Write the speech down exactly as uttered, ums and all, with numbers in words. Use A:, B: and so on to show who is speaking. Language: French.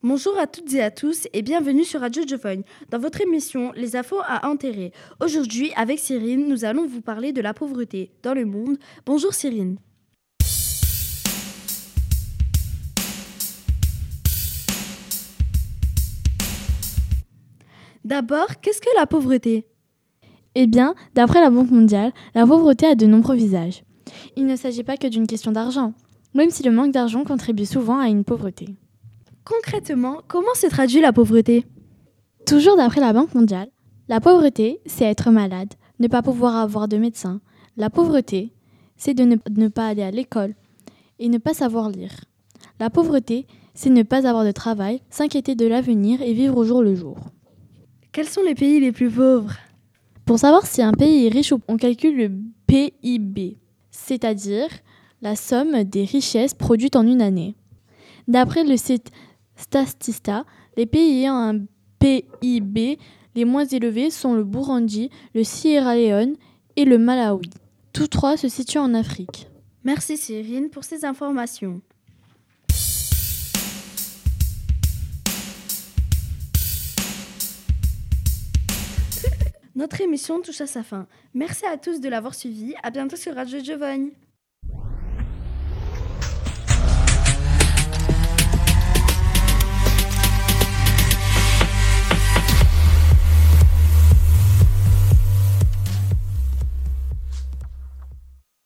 A: Bonjour à toutes et à tous et bienvenue sur Radio Jovogne, dans votre émission Les infos à enterrer. Aujourd'hui, avec Cyrine, nous allons vous parler de la pauvreté dans le monde. Bonjour Cyrine. D'abord, qu'est-ce que la pauvreté ?
B: Eh bien, d'après la Banque mondiale, la pauvreté a de nombreux visages. Il ne s'agit pas que d'une question d'argent, même si le manque d'argent contribue souvent à une pauvreté.
A: Concrètement, comment se traduit la pauvreté ?
B: Toujours d'après la Banque mondiale, la pauvreté, c'est être malade, ne pas pouvoir avoir de médecin. La pauvreté, c'est de ne, ne pas aller à l'école et ne pas savoir lire. La pauvreté, c'est ne pas avoir de travail, s'inquiéter de l'avenir et vivre au jour le jour.
A: Quels sont les pays les plus pauvres ?
B: Pour savoir si un pays est riche, on calcule le P I B, c'est-à-dire la somme des richesses produites en une année. D'après le site Statista, les pays ayant un P I B les moins élevés sont le Burundi, le Sierra Leone et le Malawi. Tous trois se situent en Afrique.
A: Merci Cyrine pour ces informations. Notre émission touche à sa fin. Merci à tous de l'avoir suivi. À bientôt sur Radio Jovogne.